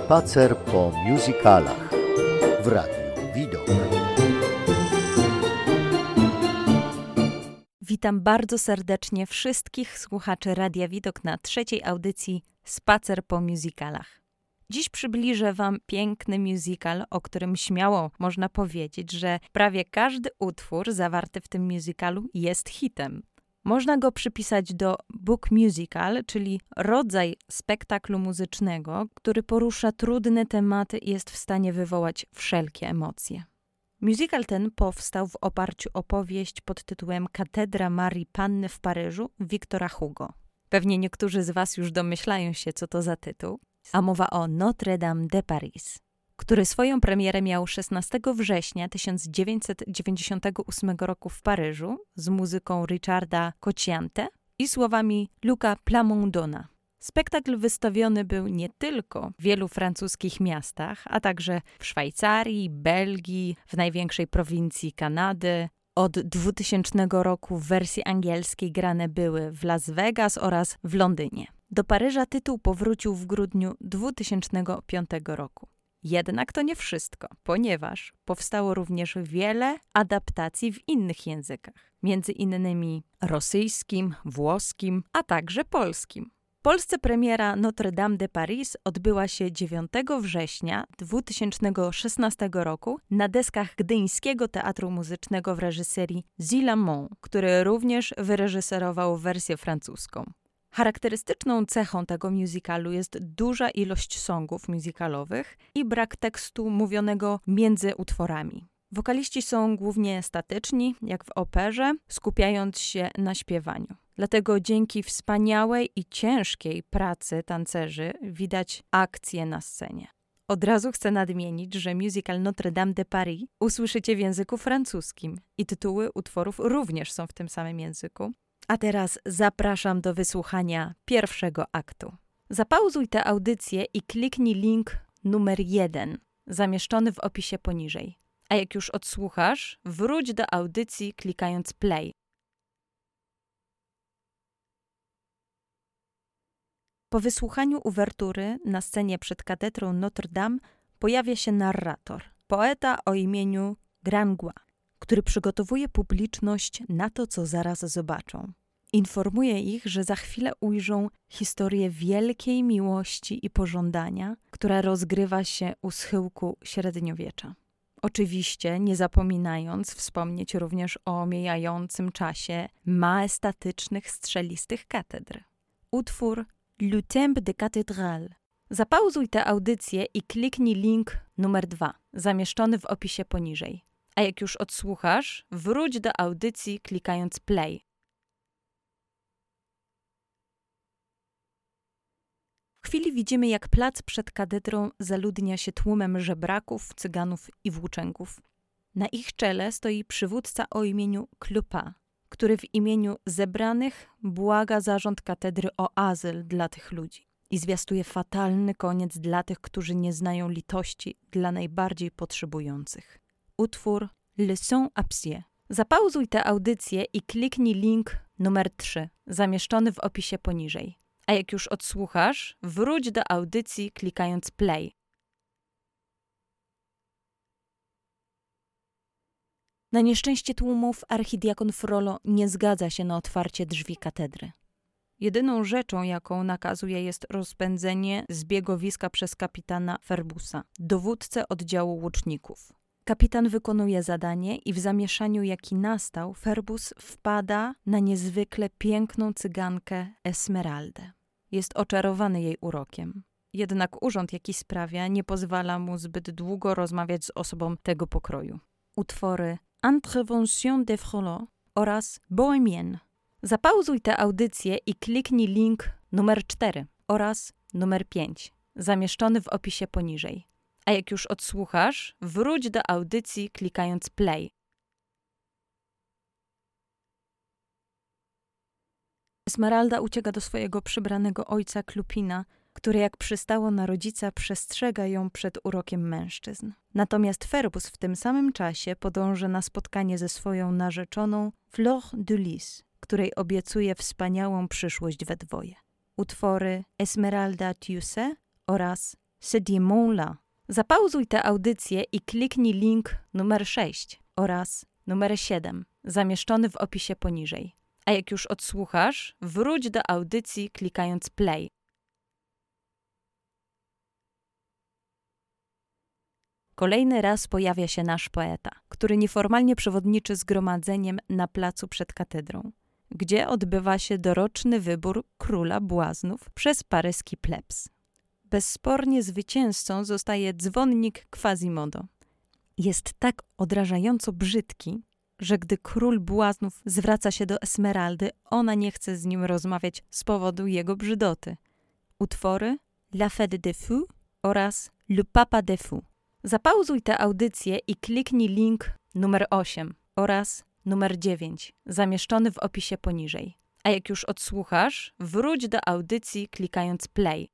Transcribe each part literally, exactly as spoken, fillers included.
Spacer po musicalach w Radiu Widok. Witam bardzo serdecznie wszystkich słuchaczy Radia Widok na trzeciej audycji Spacer po musicalach. Dziś przybliżę Wam piękny musical, o którym śmiało można powiedzieć, że prawie każdy utwór zawarty w tym musicalu jest hitem. Można go przypisać do book musical, czyli rodzaj spektaklu muzycznego, który porusza trudne tematy i jest w stanie wywołać wszelkie emocje. Musical ten powstał w oparciu o powieść pod tytułem Katedra Marii Panny w Paryżu Wiktora Hugo. Pewnie niektórzy z Was już domyślają się, co to za tytuł, a mowa o Notre Dame de Paris, który swoją premierę miał szesnastego września tysiąc dziewięćset dziewięćdziesiątego ósmego roku w Paryżu z muzyką Richarda Cocciante i słowami Luca Plamondona. Spektakl wystawiony był nie tylko w wielu francuskich miastach, a także w Szwajcarii, Belgii, w największej prowincji Kanady. Od dwutysięcznego roku w wersji angielskiej grane były w Las Vegas oraz w Londynie. Do Paryża tytuł powrócił w grudniu dwutysięcznego piątego roku. Jednak to nie wszystko, ponieważ powstało również wiele adaptacji w innych językach, między innymi rosyjskim, włoskim, a także polskim. W Polsce premiera Notre Dame de Paris odbyła się dziewiątego września dwutysięcznego szesnastego roku na deskach Gdyńskiego Teatru Muzycznego w reżyserii Gilles Lamont, który również wyreżyserował wersję francuską. Charakterystyczną cechą tego musicalu jest duża ilość songów musicalowych i brak tekstu mówionego między utworami. Wokaliści są głównie statyczni, jak w operze, skupiając się na śpiewaniu. Dlatego dzięki wspaniałej i ciężkiej pracy tancerzy widać akcję na scenie. Od razu chcę nadmienić, że musical Notre Dame de Paris usłyszycie w języku francuskim i tytuły utworów również są w tym samym języku. A teraz zapraszam do wysłuchania pierwszego aktu. Zapauzuj tę audycję i kliknij link numer jeden, zamieszczony w opisie poniżej. A jak już odsłuchasz, wróć do audycji klikając play. Po wysłuchaniu uwertury na scenie przed katedrą Notre Dame pojawia się narrator, poeta o imieniu Gringoire, który przygotowuje publiczność na to, co zaraz zobaczą. Informuje ich, że za chwilę ujrzą historię wielkiej miłości i pożądania, która rozgrywa się u schyłku średniowiecza. Oczywiście nie zapominając wspomnieć również o mijającym czasie majestatycznych, strzelistych katedr. Utwór Le Temple de Cathédrale. Zapauzuj tę audycję i kliknij link numer dwa, zamieszczony w opisie poniżej. A jak już odsłuchasz, wróć do audycji klikając play. W chwili widzimy, jak plac przed katedrą zaludnia się tłumem żebraków, cyganów i włóczęgów. Na ich czele stoi przywódca o imieniu Clopin, który w imieniu zebranych błaga zarząd katedry o azyl dla tych ludzi i zwiastuje fatalny koniec dla tych, którzy nie znają litości dla najbardziej potrzebujących. Utwór Leçon à pied. Zapauzuj tę audycję i kliknij link numer trzy, zamieszczony w opisie poniżej. A jak już odsłuchasz, wróć do audycji klikając play. Na nieszczęście tłumów archidiakon Frollo nie zgadza się na otwarcie drzwi katedry. Jedyną rzeczą, jaką nakazuje, jest rozpędzenie zbiegowiska przez kapitana Ferbusa, dowódcę oddziału łuczników. Kapitan wykonuje zadanie i w zamieszaniu, jaki nastał, Ferbus wpada na niezwykle piękną cygankę Esmeraldę. Jest oczarowany jej urokiem. Jednak urząd, jaki sprawia, nie pozwala mu zbyt długo rozmawiać z osobą tego pokroju. Utwory Intervention de Frollo oraz Bohemienne. Zapauzuj tę audycję i kliknij link numer cztery oraz numer pięć, zamieszczony w opisie poniżej. A jak już odsłuchasz, wróć do audycji klikając play. Esmeralda ucieka do swojego przybranego ojca Klupina, który jak przystało na rodzica przestrzega ją przed urokiem mężczyzn. Natomiast Ferbus w tym samym czasie podąży na spotkanie ze swoją narzeczoną Fleur de Lis, której obiecuje wspaniałą przyszłość we dwoje. Utwory Esmeralda Tiuse oraz ce diamant-là. Zapauzuj tę audycję i kliknij link numer sześć oraz numer siedem, zamieszczony w opisie poniżej. A jak już odsłuchasz, wróć do audycji klikając play. Kolejny raz pojawia się nasz poeta, który nieformalnie przewodniczy zgromadzeniem na placu przed katedrą, gdzie odbywa się doroczny wybór króla błaznów przez paryski plebs. Bezspornie zwycięzcą zostaje dzwonnik Quasimodo. Jest tak odrażająco brzydki, że gdy król błaznów zwraca się do Esmeraldy, ona nie chce z nim rozmawiać z powodu jego brzydoty. Utwory La Fête des Fous oraz Le Papa des Fous. Zapauzuj tę audycję i kliknij link numer osiem oraz numer dziewięć, zamieszczony w opisie poniżej. A jak już odsłuchasz, wróć do audycji klikając play.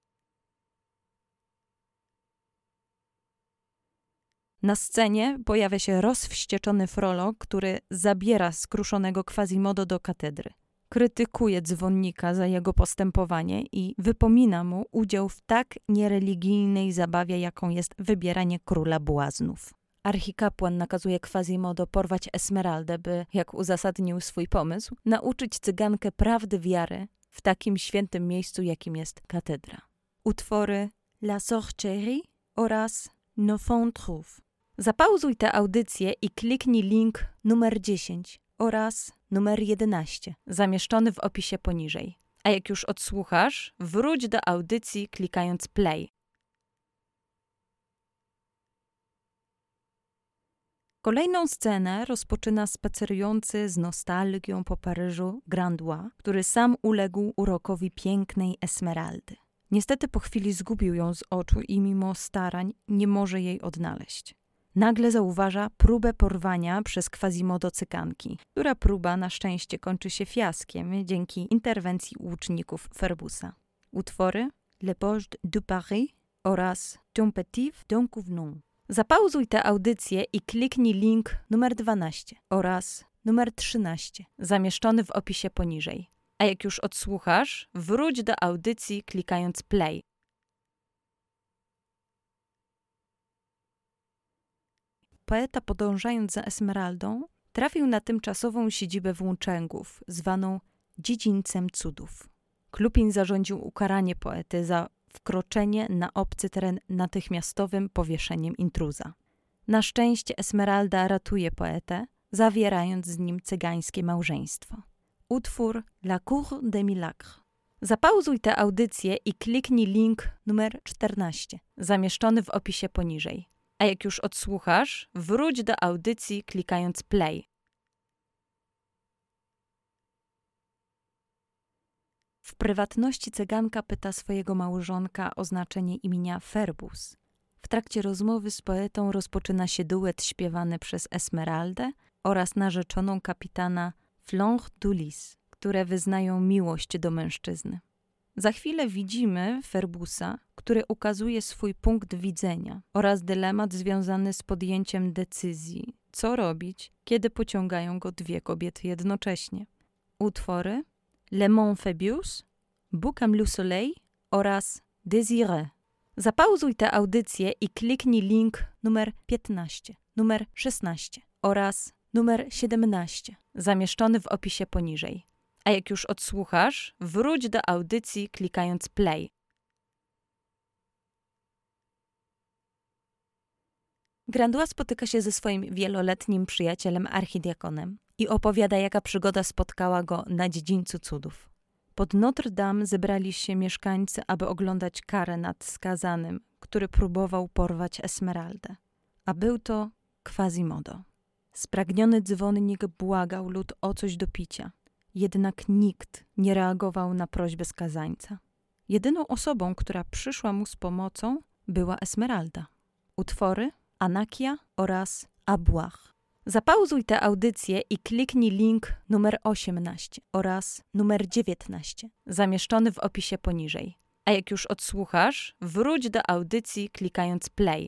Na scenie pojawia się rozwścieczony Frollo, który zabiera skruszonego Quasimodo do katedry. Krytykuje dzwonnika za jego postępowanie i wypomina mu udział w tak niereligijnej zabawie, jaką jest wybieranie króla błaznów. Archikapłan nakazuje Quasimodo porwać Esmeraldę, by, jak uzasadnił swój pomysł, nauczyć cygankę prawdy wiary w takim świętym miejscu, jakim jest katedra. Utwory La Sorcellerie oraz Nos Fontrous. Zapauzuj tę audycję i kliknij link numer dziesięć oraz numer jedenaście, zamieszczony w opisie poniżej. A jak już odsłuchasz, wróć do audycji klikając play. Kolejną scenę rozpoczyna spacerujący z nostalgią po Paryżu Grandois, który sam uległ urokowi pięknej Esmeraldy. Niestety po chwili zgubił ją z oczu i mimo starań nie może jej odnaleźć. Nagle zauważa próbę porwania przez Quasimodo cyganki, która próba na szczęście kończy się fiaskiem dzięki interwencji łuczników Ferbusa. Utwory Le Poste de Paris oraz Ton Petit Don Couvenant. Zapauzuj tę audycję i kliknij link numer dwanaście oraz numer trzynaście, zamieszczony w opisie poniżej. A jak już odsłuchasz, wróć do audycji klikając play. Poeta, podążając za Esmeraldą, trafił na tymczasową siedzibę włóczęgów, zwaną Dziedzińcem Cudów. Klupin zarządził ukaranie poety za wkroczenie na obcy teren natychmiastowym powieszeniem intruza. Na szczęście Esmeralda ratuje poetę, zawierając z nim cygańskie małżeństwo. Utwór La Cour des Miracles. Zapauzuj tę audycję i kliknij link numer czternaście, zamieszczony w opisie poniżej. A jak już odsłuchasz, wróć do audycji klikając play. W prywatności cyganka pyta swojego małżonka o znaczenie imienia Ferbus. W trakcie rozmowy z poetą rozpoczyna się duet śpiewany przez Esmeraldę oraz narzeczoną kapitana Fleur de Lis, które wyznają miłość do mężczyzny. Za chwilę widzimy Ferbusa, który ukazuje swój punkt widzenia oraz dylemat związany z podjęciem decyzji, co robić, kiedy pociągają go dwie kobiety jednocześnie. Utwory Le Mont Phoebus, Boucam le Soleil oraz Désiré. Zapauzuj tę audycję i kliknij link numer piętnaście, numer szesnaście oraz numer siedemnaście, zamieszczony w opisie poniżej. A jak już odsłuchasz, wróć do audycji klikając play. Grandois spotyka się ze swoim wieloletnim przyjacielem archidiakonem i opowiada, jaka przygoda spotkała go na Dziedzińcu Cudów. Pod Notre Dame zebrali się mieszkańcy, aby oglądać karę nad skazanym, który próbował porwać Esmeraldę. A był to Quasimodo. Spragniony dzwonnik błagał lud o coś do picia. Jednak nikt nie reagował na prośbę skazańca. Jedyną osobą, która przyszła mu z pomocą, była Esmeralda. Utwory Anakia oraz A boire. Zapauzuj tę audycję i kliknij link numer osiemnaście oraz numer dziewiętnaście, zamieszczony w opisie poniżej. A jak już odsłuchasz, wróć do audycji klikając play.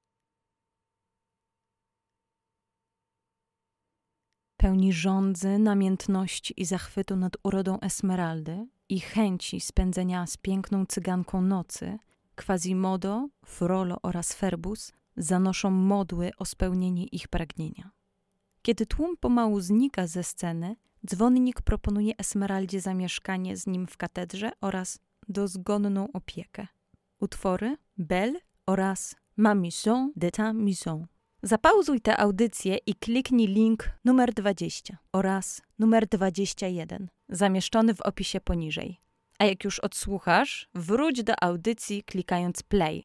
Pełni żądzy, namiętności i zachwytu nad urodą Esmeraldy i chęci spędzenia z piękną cyganką nocy, Quasimodo, Frollo oraz Ferbus zanoszą modły o spełnienie ich pragnienia. Kiedy tłum pomału znika ze sceny, dzwonnik proponuje Esmeraldzie zamieszkanie z nim w katedrze oraz dozgonną opiekę. Utwory Belle oraz Ma maison de ta maison. Zapauzuj tę audycję i kliknij link numer dwadzieścia oraz numer dwadzieścia jeden, zamieszczony w opisie poniżej. A jak już odsłuchasz, wróć do audycji klikając play.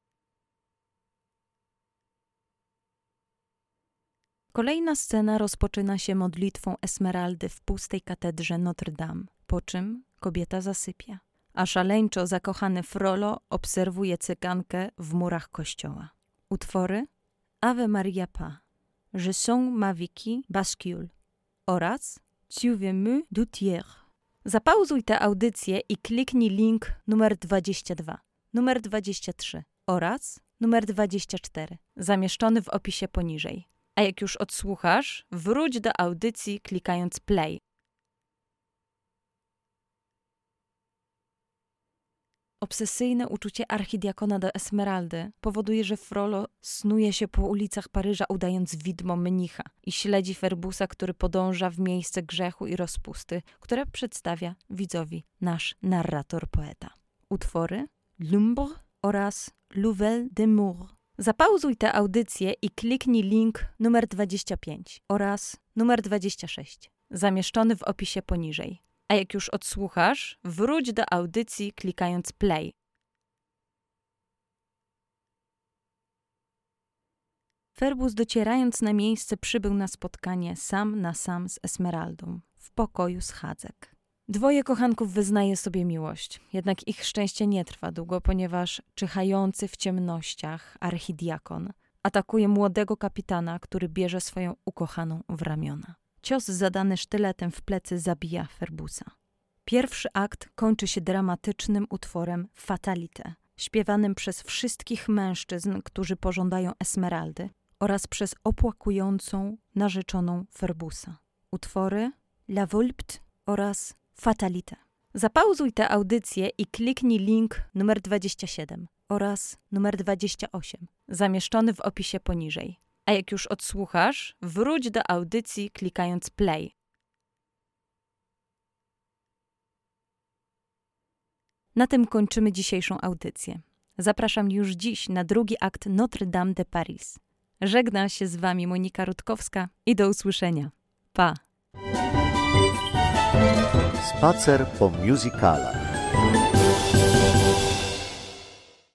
Kolejna scena rozpoczyna się modlitwą Esmeraldy w pustej katedrze Notre Dame, po czym kobieta zasypia, a szaleńczo zakochany Frollo obserwuje cygankę w murach kościoła. Utwory Ave Maria Pa, Je sens ma vie qui bascule oraz Tu veux me doutier. Zapauzuj tę audycję i kliknij link numer dwadzieścia dwa, numer dwadzieścia trzy oraz numer dwadzieścia cztery, zamieszczony w opisie poniżej. A jak już odsłuchasz, wróć do audycji klikając play. Obsesyjne uczucie archidiakona do Esmeraldy powoduje, że Frollo snuje się po ulicach Paryża, udając widmo mnicha i śledzi Ferbusa, który podąża w miejsce grzechu i rozpusty, które przedstawia widzowi nasz narrator poeta. Utwory L'Ombre oraz Nouvelle d'amour. Zapauzuj tę audycję i kliknij link numer dwadzieścia pięć oraz numer dwadzieścia sześć, zamieszczony w opisie poniżej. A jak już odsłuchasz, wróć do audycji klikając play. Ferbus, docierając na miejsce, przybył na spotkanie sam na sam z Esmeraldą, w pokoju schadzek. Dwoje kochanków wyznaje sobie miłość, jednak ich szczęście nie trwa długo, ponieważ czyhający w ciemnościach archidiakon atakuje młodego kapitana, który bierze swoją ukochaną w ramiona. Cios zadany sztyletem w plecy zabija Ferbusa. Pierwszy akt kończy się dramatycznym utworem Fatalité, śpiewanym przez wszystkich mężczyzn, którzy pożądają Esmeraldy, oraz przez opłakującą narzeczoną Ferbusa. Utwory La Volupté oraz Fatalité. Zapauzuj tę audycję i kliknij link numer dwadzieścia siedem oraz numer dwadzieścia osiem, zamieszczony w opisie poniżej. A jak już odsłuchasz, wróć do audycji klikając play. Na tym kończymy dzisiejszą audycję. Zapraszam już dziś na drugi akt Notre Dame de Paris. Żegna się z Wami Monika Rutkowska i do usłyszenia. Pa! Spacer po musicalach.